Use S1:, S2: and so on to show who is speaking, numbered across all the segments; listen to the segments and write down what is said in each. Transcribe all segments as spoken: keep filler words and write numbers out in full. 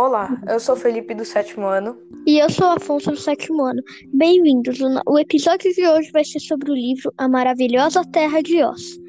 S1: Olá, eu sou Felipe do sétimo ano.
S2: E eu sou Afonso do sétimo ano. Bem-vindos. O no- o episódio de hoje vai ser sobre o livro A Maravilhosa Terra de Oz.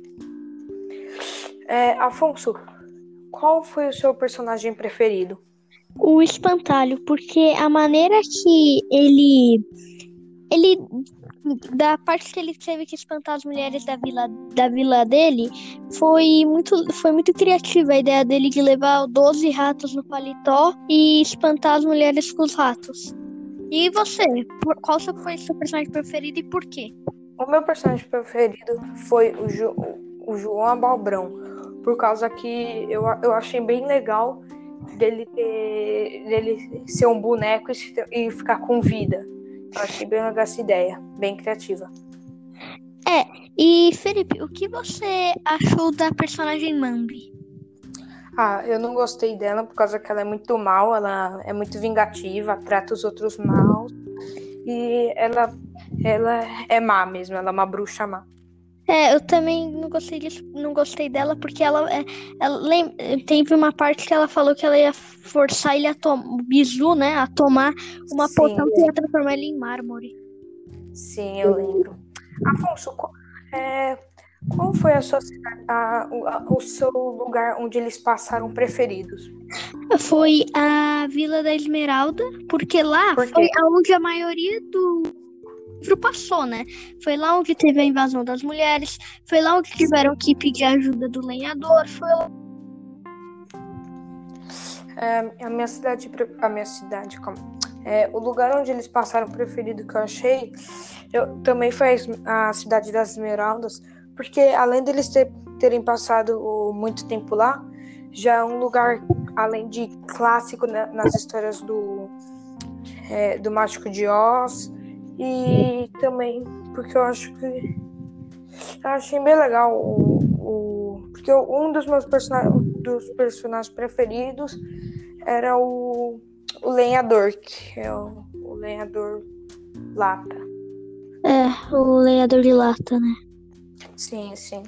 S1: É, Afonso, qual foi o seu personagem preferido?
S2: O espantalho, porque a maneira que ele ele da parte que ele teve que espantar as mulheres da vila da vila dele foi muito foi muito criativa a ideia dele de levar doze ratos no paletó e espantar as mulheres com os ratos. E você? Por- qual seu- foi o seu personagem preferido e por quê?
S1: O meu personagem preferido foi o, Jo- o João Abalbrão, por causa que eu, eu achei bem legal dele, ter, dele ser um boneco e, se- e ficar com vida. Eu achei bem legal essa ideia, bem criativa.
S2: É, e Felipe, o que você achou da personagem Mambi?
S1: Ah, eu não gostei dela por causa que ela é muito mal, ela é muito vingativa, trata os outros mal e ela, ela é má mesmo, ela é uma bruxa má.
S2: É, eu também não gostei disso, não gostei dela porque ela, é, ela lem- teve uma parte que ela falou que ela ia forçar ele a tomar, o Bizu, né, a tomar uma
S1: Sim,
S2: poção que ia transformar ele em mármore.
S1: sim, eu lembro. Afonso, qual, é, qual foi a sua cidade, a- o, a- o seu lugar onde eles passaram preferidos?
S2: Foi a Vila da Esmeralda, porque lá
S1: Por
S2: foi
S1: quê?
S2: aonde a maioria do livro passou, né? Foi lá onde teve a invasão das mulheres, foi lá onde tiveram que pedir ajuda do lenhador, foi lá.
S1: É, a minha cidade, pre- a minha cidade, como, é, o lugar onde eles passaram preferido que eu achei, eu também foi a Es- a cidade das Esmeraldas, porque além deles ter- terem passado o- muito tempo lá, já é um lugar, além de clássico, né, nas histórias do, é, do Mágico de Oz, e também porque eu acho que eu achei bem legal o, o porque eu- um dos meus persona- dos personagens preferidos era o, o lenhador, que é o, o lenhador lata.
S2: É, o lenhador de lata, né?
S1: Sim, sim.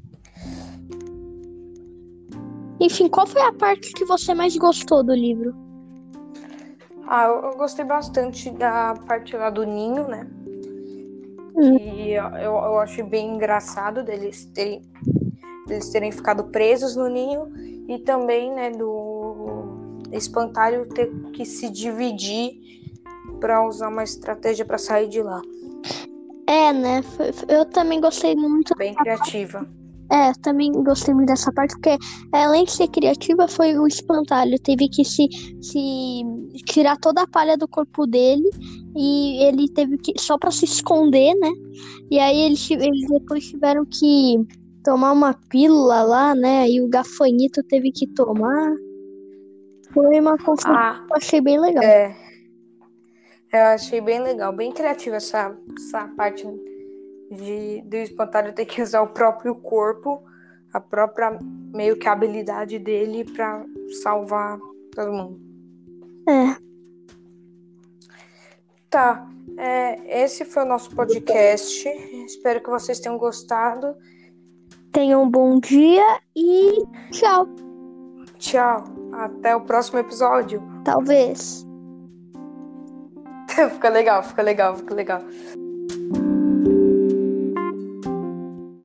S2: Enfim, qual foi a parte que você mais gostou do livro?
S1: Ah, eu, eu gostei bastante da parte lá do ninho, né?
S2: Hum,
S1: Que eu, eu achei bem engraçado deles terem, deles terem ficado presos no ninho e também, né, do espantalho ter que se dividir para usar uma estratégia para sair de lá.
S2: É, né? Foi- foi- Eu também gostei muito.
S1: Bem criativa.
S2: É, também gostei muito dessa parte, porque além de ser criativa, foi o espantalho. Teve que se, se tirar toda a palha do corpo dele e ele teve que, só pra se esconder, né? E aí eles, ti- eles depois tiveram que tomar uma pílula lá, né? E o gafanhoto teve que tomar. Foi uma confusão que
S1: Ah,
S2: eu achei bem legal.
S1: é. Eu achei bem legal, bem criativa essa, essa parte de, do espantalho ter que usar o próprio corpo, a própria meio que habilidade dele para salvar todo mundo.
S2: É,
S1: Tá, é, esse foi o nosso podcast. Espero que vocês tenham gostado.
S2: tenham um bom dia e tchau,
S1: Tchau, até o próximo episódio.
S2: talvez.
S1: Fica legal, fica legal, fica legal.